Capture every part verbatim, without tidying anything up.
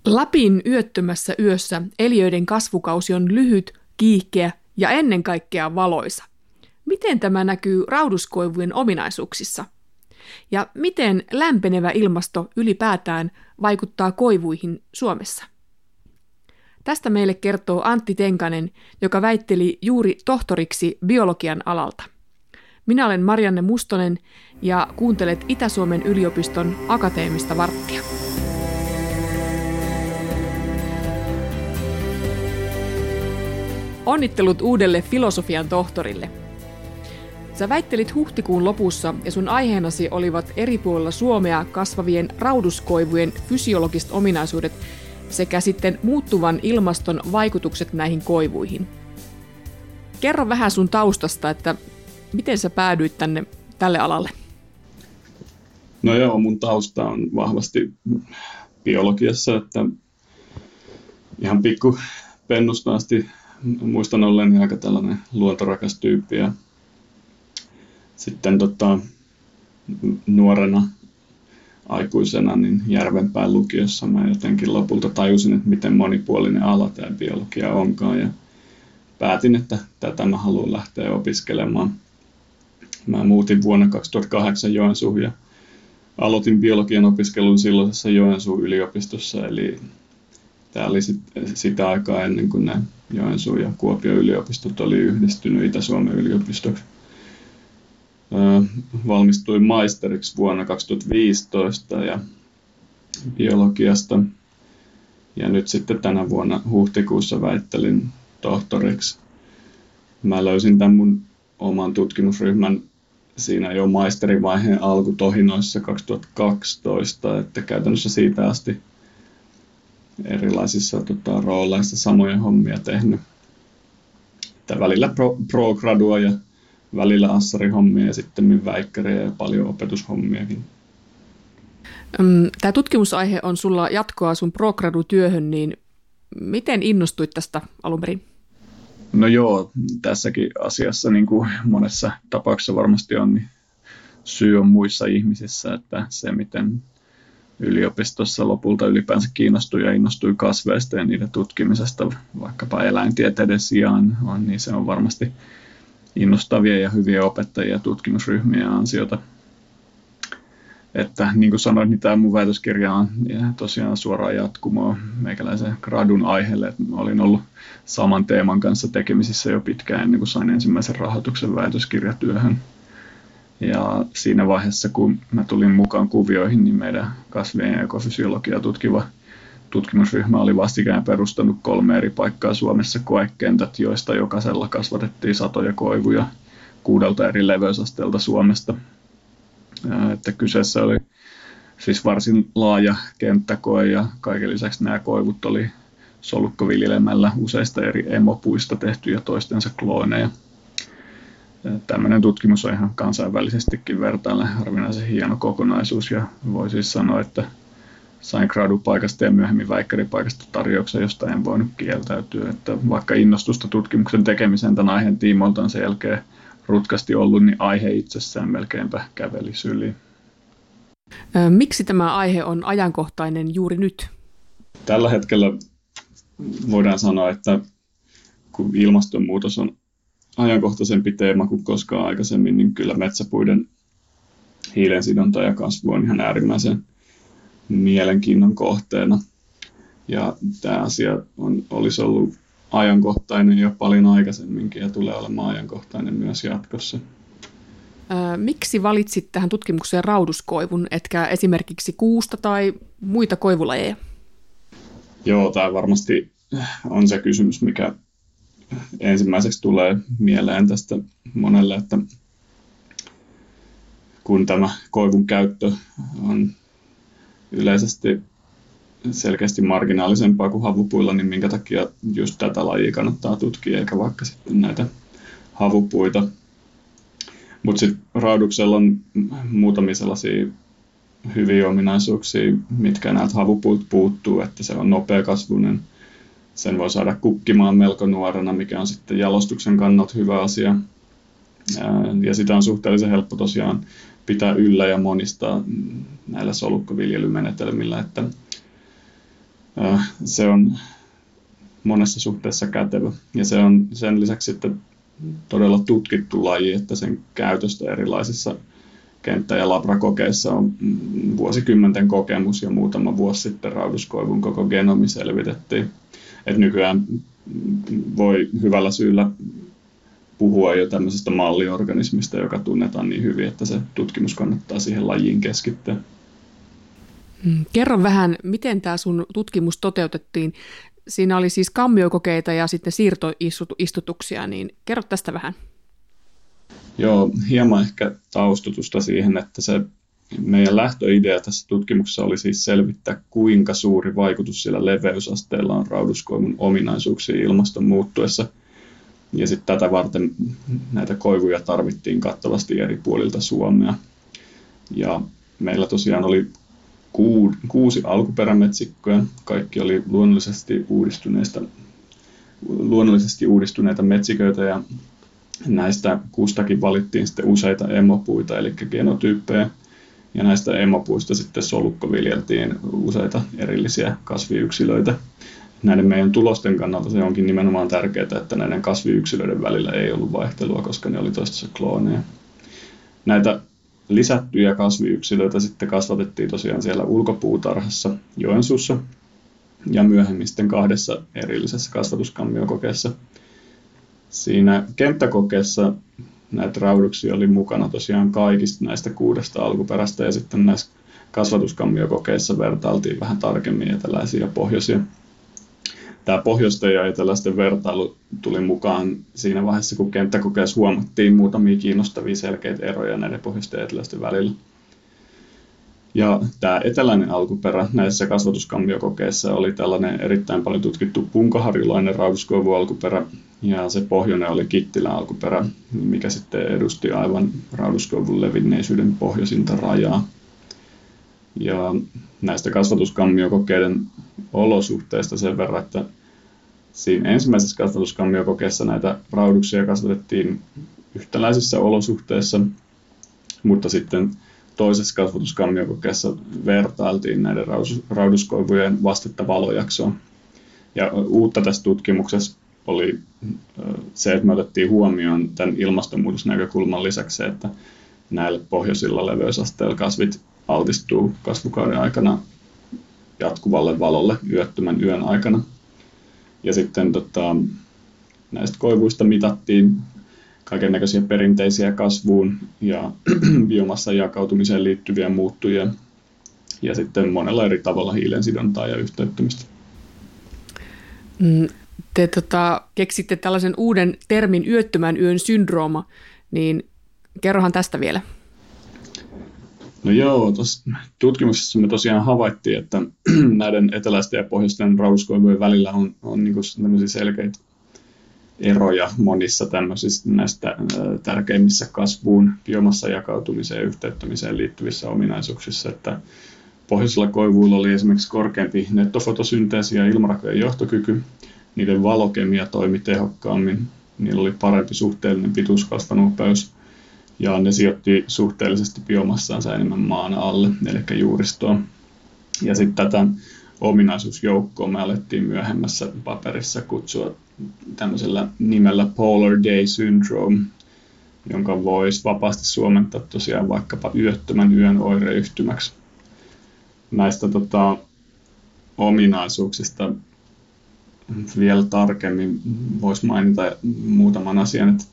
Lapin yöttömässä yössä eliöiden kasvukausi on lyhyt, kiihkeä ja ennen kaikkea valoisa. Miten tämä näkyy rauduskoivujen ominaisuuksissa? Ja miten lämpenevä ilmasto ylipäätään vaikuttaa koivuihin Suomessa? Tästä meille kertoo Antti Tenkanen, joka väitteli juuri tohtoriksi biologian alalta. Minä olen Marianne Mustonen ja kuuntelet Itä-Suomen yliopiston akateemista varttia. Onnittelut uudelle filosofian tohtorille. Sä väittelit huhtikuun lopussa ja sun aiheenasi olivat eri puolilla Suomea kasvavien rauduskoivujen fysiologiset ominaisuudet sekä sitten muuttuvan ilmaston vaikutukset näihin koivuihin. Kerro vähän sun taustasta, että miten sä päädyit tänne tälle alalle? No joo, mun tausta on vahvasti biologiassa, että ihan pikku pennusta asti muistan olleeni aika tällainen luontorakas tyyppi ja sitten tota, nuorena aikuisena niin Järvenpään lukiossa mä jotenkin lopulta tajusin, että miten monipuolinen ala tämä biologia onkaan ja päätin, että tätä mä haluan lähteä opiskelemaan. Mä muutin vuonna kaksituhattakahdeksan Joensuuhun ja aloitin biologian opiskelun silloisessa Joensuun yliopistossa, eli tämä oli sit, sitä aikaa ennen kuin nämä Joensuun ja Kuopion yliopistot oli yhdistynyt Itä-Suomen yliopistoksi. Valmistuin maisteriksi vuonna kaksituhattaviisitoista ja biologiasta ja nyt sitten tänä vuonna huhtikuussa väittelin tohtoriksi. Mä löysin tämän mun oman tutkimusryhmän siinä jo maisterivaiheen alkutohinoissa kaksituhattakaksitoista, että käytännössä siitä asti erilaisissa tota, rooleissa samoja hommia tehnyt. Että välillä pro, pro-gradua ja välillä assarihommia ja sitten väikkäriä ja paljon opetushommiakin. Tämä tutkimusaihe on sulla jatkoa sun pro-gradu-työhön, niin miten innostuit tästä alun perin? No joo, tässäkin asiassa niin kuin monessa tapauksessa varmasti on, niin syy on muissa ihmisissä, että se miten yliopistossa lopulta ylipäänsä kiinnostui ja innostui kasveista ja niiden tutkimisesta vaikkapa eläintieteiden sijaan on, niin se on varmasti innostavia ja hyviä opettajia ja tutkimusryhmiä ansiota. Että niin kuin sanoin, niin tämä mun väitöskirja on tosiaan suoraan jatkumoa meikäläisen gradun aiheelle. Että olin ollut saman teeman kanssa tekemisissä jo pitkään ennen kuin sain ensimmäisen rahoituksen väitöskirjatyöhön. Ja siinä vaiheessa, kun mä tulin mukaan kuvioihin, niin meidän kasvien ja ekofysiologiaa tutkiva tutkimusryhmä oli vastikään perustanut kolme eri paikkaa Suomessa koekentät, joista jokaisella kasvatettiin satoja koivuja kuudelta eri leveysasteelta Suomesta. Että kyseessä oli siis varsin laaja kenttäkoe ja kaiken lisäksi nämä koivut oli solukkoviljelemällä useista eri emopuista tehtyjä toistensa klooneja. Tällainen tutkimus on ihan kansainvälisestikin vertaillen harvinaisen hieno kokonaisuus ja voi siis sanoa, että sain gradupaikasta ja myöhemmin väikkäripaikasta tarjouksen, josta en voinut kieltäytyä. Että vaikka innostusta tutkimuksen tekemiseen tämän aiheen tiimoilta on sen jälkeen rutkasti ollut, niin aihe itsessään melkeinpä käveli syliin. Miksi tämä aihe on ajankohtainen juuri nyt? Tällä hetkellä voidaan sanoa, että kun ilmastonmuutos on ajankohtaisempi teema kuin koskaan aikaisemmin, niin kyllä metsäpuiden hiilensidonta ja kasvu on ihan äärimmäisen mielenkiinnon kohteena. Ja tämä asia on, olisi ollut ajankohtainen jo paljon aikaisemminkin ja tulee olemaan ajankohtainen myös jatkossa. Ää, miksi valitsit tähän tutkimukseen rauduskoivun, etkä esimerkiksi kuusta tai muita koivulajeja? Joo, tämä varmasti on se kysymys, mikä ensimmäiseksi tulee mieleen tästä monelle, että kun tämä koivun käyttö on yleisesti selkeästi marginaalisempaa kuin havupuilla, niin minkä takia just tätä lajia kannattaa tutkia, eikä vaikka sitten näitä havupuita. Mutta sitten rauduksella on muutamia sellaisia hyviä ominaisuuksia, mitkä näiltä havupuilta puuttuu, että se on nopeakasvuinen. Sen voi saada kukkimaan melko nuorena, mikä on sitten jalostuksen kannalta hyvä asia. Ja sitä on suhteellisen helppo tosiaan pitää yllä ja monistaa näillä solukkoviljelymenetelmillä, että Se on monessa suhteessa kätevä. Ja se on sen lisäksi sitten todella tutkittu laji, että sen käytöstä erilaisissa kenttä- ja labrakokeissa on vuosikymmenten kokemus, ja muutama vuosi sitten rauduskoivun koko genomi selvitettiin. Et nykyään voi hyvällä syyllä puhua jo tämmöisestä malliorganismista, joka tunnetaan niin hyvin, että se tutkimus kannattaa siihen lajiin keskittyä. Kerro vähän, miten tämä sun tutkimus toteutettiin. Siinä oli siis kammiokokeita ja sitten siirtoistutuksia, niin kerro tästä vähän. Joo, hieman ehkä taustutusta siihen, että se meidän lähtöidea tässä tutkimuksessa oli siis selvittää, kuinka suuri vaikutus sillä leveysasteella on rauduskoivun ominaisuuksiin ilmaston muuttuessa. Ja sitten tätä varten näitä koivuja tarvittiin kattavasti eri puolilta Suomea. Ja meillä tosiaan oli kuusi alkuperämetsikköä. Kaikki oli luonnollisesti uudistuneista, luonnollisesti uudistuneita metsiköitä, ja näistä kustakin valittiin sitten useita emopuita, eli genotyyppejä. Ja näistä emopuista sitten solukko viljeltiin useita erillisiä kasviyksilöitä. Näiden meidän tulosten kannalta se onkin nimenomaan tärkeää, että näiden kasviyksilöiden välillä ei ollut vaihtelua, koska ne oli toistensa klooneja. Näitä lisättyjä kasviyksilöitä sitten kasvatettiin tosiaan siellä ulkopuutarhassa Joensuussa ja myöhemmin sitten kahdessa erillisessä kasvatuskammiokokeessa. Siinä kenttäkokeessa näitä rauduksia oli mukana tosiaan kaikista näistä kuudesta alkuperästä, ja sitten näissä kasvatuskammiokokeissa vertailtiin vähän tarkemmin eteläisiä ja pohjoisia. Tämä pohjoisten ja eteläisten vertailu tuli mukaan siinä vaiheessa, kun kenttäkokeessa huomattiin muutamia kiinnostavia selkeitä eroja näiden pohjoisten ja eteläisten välillä. Ja tämä eteläinen alkuperä näissä kasvatuskammiokokeissa oli tällainen erittäin paljon tutkittu punkaharjulainen rauduskoivun alkuperä, ja se pohjoinen oli Kittilän alkuperä, mikä sitten edusti aivan rauduskoivun levinneisyyden pohjoisinta rajaa. Ja näistä kasvatuskammiokokeiden olosuhteista sen verran, että siinä ensimmäisessä kasvatuskammiokokeessa näitä rauduksia kasvatettiin yhtäläisissä olosuhteissa, mutta sitten toisessa kasvatuskammiokokeessa vertailtiin näiden rauduskoivujen vastetta valojaksoon. Ja uutta tässä tutkimuksessa oli se, että me otettiin huomioon tämän ilmastonmuutosnäkökulman lisäksi se, että näille pohjoisilla leveysasteilla kasvit altistuu kasvukauden aikana jatkuvalle valolle yöttömän yön aikana. Ja sitten tota, näistä koivuista mitattiin kaikennäköisiä perinteisiä kasvuun ja biomassan jakautumiseen liittyviä muuttujia, ja sitten monella eri tavalla hiilensidontaa ja yhteyttämistä. Te tota, keksitte tällaisen uuden termin yöttömän yön syndrooma, niin kerrohan tästä vielä. No joo, tuossa tutkimuksessa me tosiaan havaittiin, että näiden eteläisten ja pohjoisten rauduskoivujen välillä on, on niin tämmöisiä selkeitä eroja monissa tämmöisissä näistä tärkeimmissä kasvuun, biomassan jakautumiseen ja yhteyttämiseen liittyvissä ominaisuuksissa, että pohjoisilla koivuilla oli esimerkiksi korkeampi nettofotosynteesi ja ilmarakojen johtokyky, niiden valokemia toimi tehokkaammin, niillä oli parempi suhteellinen pituuskasvanopeus, ja ne sijoitti suhteellisesti biomassaansa enemmän maan alle, eli juuristoon. Ja sitten tätä ominaisuusjoukkoa me alettiin myöhemmässä paperissa kutsua tämmöisellä nimellä Polar Day Syndrome, jonka voisi vapaasti suomentaa tosiaan vaikkapa yöttömän yön oireyhtymäksi. Näistä tota, ominaisuuksista vielä tarkemmin voisi mainita muutaman asian, että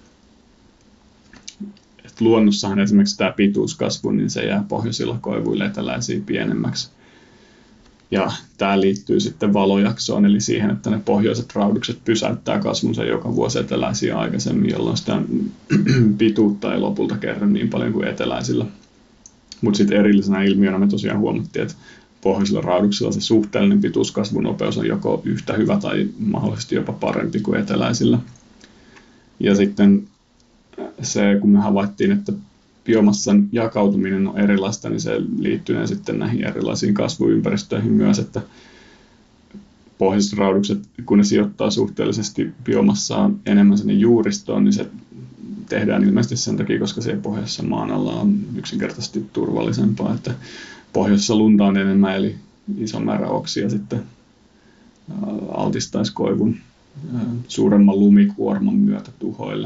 että luonnossahan esimerkiksi tämä pituuskasvu, niin se jää pohjoisilla koivuilla eteläisiin pienemmäksi. Ja tämä liittyy sitten valojaksoon, eli siihen, että ne pohjoiset raudukset pysäyttää kasvunsa joka vuosi eteläisiä aikaisemmin, jolloin sitä pituutta ei lopulta kerry niin paljon kuin eteläisillä. Mutta sitten erillisenä ilmiönä me tosiaan huomattiin, että pohjoisilla rauduksilla se suhteellinen pituuskasvunopeus on joko yhtä hyvä tai mahdollisesti jopa parempi kuin eteläisillä. Ja sitten se, kun me havaittiin, että biomassan jakautuminen on erilaista, niin se liittyy sitten näihin erilaisiin kasvuympäristöihin myös, että pohjoiset raudukset, kun ne sijoittaa suhteellisesti biomassaa enemmän sinne juuristoon, niin se tehdään ilmeisesti sen takia, koska siellä pohjoisessa maan alla on yksinkertaisesti turvallisempaa, että pohjoisessa lunta on enemmän, eli iso määrä oksia sitten altistaisi koivun suuremman lumikuorman myötä tuhoille.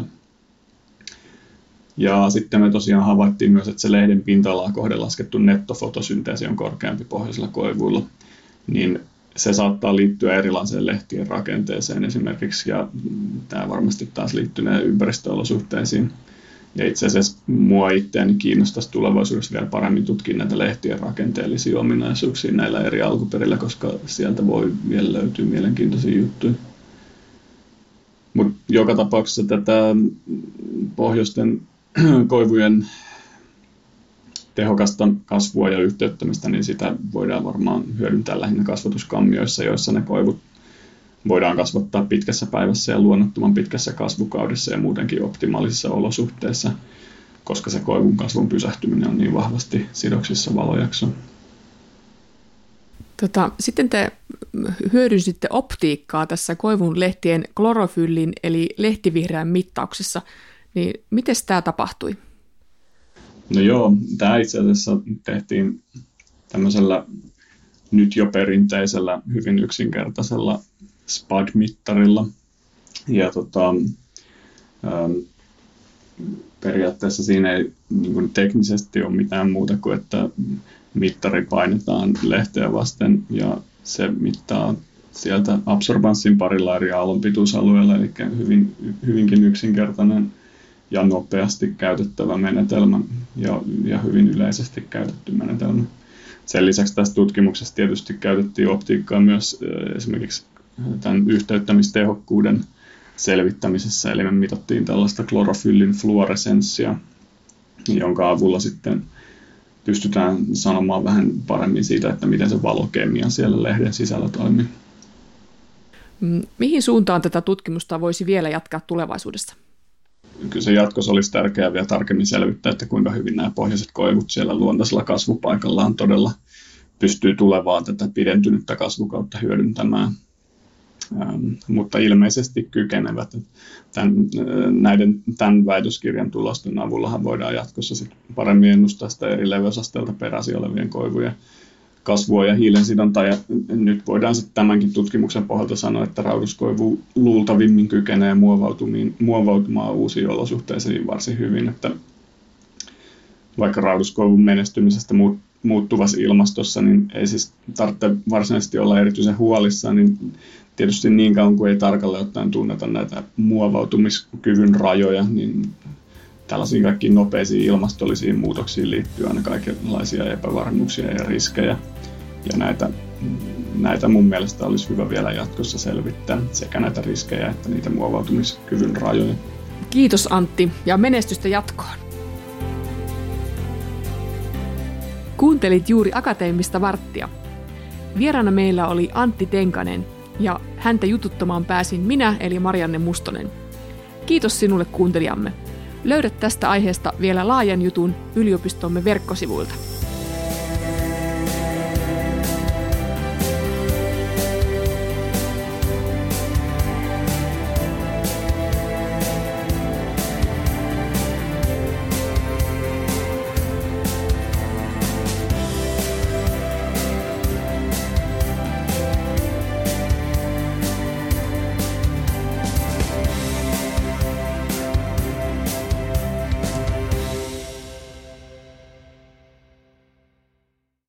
Ja sitten me tosiaan havaittiin myös, että se lehden pinta-alaa kohden laskettu nettofotosynteesi on korkeampi pohjoisilla koivuilla, niin se saattaa liittyä erilaiseen lehtien rakenteeseen esimerkiksi, ja tämä varmasti taas liittyy ympäristöolosuhteisiin. Ja itse asiassa mua itseäni kiinnostaisi tulevaisuudessa vielä paremmin tutkia näitä lehtien rakenteellisia ominaisuuksia näillä eri alkuperillä, koska sieltä voi vielä löytyä mielenkiintoisia juttuja. Mutta joka tapauksessa tätä pohjoisten koivujen tehokasta kasvua ja yhteyttämistä, niin sitä voidaan varmaan hyödyntää lähinnä kasvatuskammioissa, joissa ne koivut voidaan kasvattaa pitkässä päivässä ja luonnottoman pitkässä kasvukaudessa ja muutenkin optimaalisissa olosuhteissa, koska se koivun kasvun pysähtyminen on niin vahvasti sidoksissa valojaksoon. Tota, sitten te hyödynsitte optiikkaa tässä koivun lehtien klorofyllin eli lehtivihreän mittauksessa, niin miten tämä tapahtui? No joo, tämä itse asiassa tehtiin tämmöisellä nyt jo perinteisellä, hyvin yksinkertaisella S P A D-mittarilla. Ja tota, ähm, periaatteessa siinä ei niin kuin teknisesti ole mitään muuta kuin, että mittari painetaan lehteä vasten ja se mittaa sieltä absorbanssin parilla eri aallonpituusalueella, eli hyvin, hyvinkin yksinkertainen ja nopeasti käytettävä menetelmä ja, ja hyvin yleisesti käytetty menetelmä. Sen lisäksi tässä tutkimuksessa tietysti käytettiin optiikkaa myös esimerkiksi tämän yhteyttämistehokkuuden selvittämisessä, eli me mitattiin tällaista klorofyllin fluoresenssia, jonka avulla sitten pystytään sanomaan vähän paremmin siitä, että miten se valokemia siellä lehden sisällä toimii. Mihin suuntaan tätä tutkimusta voisi vielä jatkaa tulevaisuudessa? Kyllä se jatkossa olisi tärkeää vielä tarkemmin selvittää, että kuinka hyvin nämä pohjoiset koivut siellä luontaisella kasvupaikallaan todella pystyy tulevaa tätä pidentynyttä kasvukautta hyödyntämään. Ähm, mutta ilmeisesti kykenevät. Tämän, näiden, tämän väitöskirjan tulosten avullahan voidaan jatkossa sit paremmin ennustaa sitä eri leveysasteelta peräisin olevien koivujen kasvua ja hiilensidontaa. Ja nyt voidaan sitten tämänkin tutkimuksen pohjalta sanoa, että rauduskoivu luultavimmin kykenee muovautumaan uusiin olosuhteisiin varsin hyvin. Että vaikka rauduskoivun menestymisestä muuttuvassa ilmastossa, niin ei siis tarvitse varsinaisesti olla erityisen huolissaan, niin tietysti niin kauan kuin ei tarkalleen ottaen tunneta näitä muovautumiskyvyn rajoja, niin tällaisiin kaikkiin nopeisiin ilmastollisiin muutoksiin liittyy aina kaikenlaisia epävarmuuksia ja riskejä. Ja näitä, näitä mun mielestä olisi hyvä vielä jatkossa selvittää, sekä näitä riskejä että niitä muovautumiskyvyn rajoja. Kiitos Antti ja menestystä jatkoon. Kuuntelit juuri Akateemista varttia. Vieraana meillä oli Antti Tenkanen ja häntä jututtamaan pääsin minä eli Marianne Mustonen. Kiitos sinulle kuuntelijamme. Löydät tästä aiheesta vielä laajan jutun yliopistomme verkkosivuilta.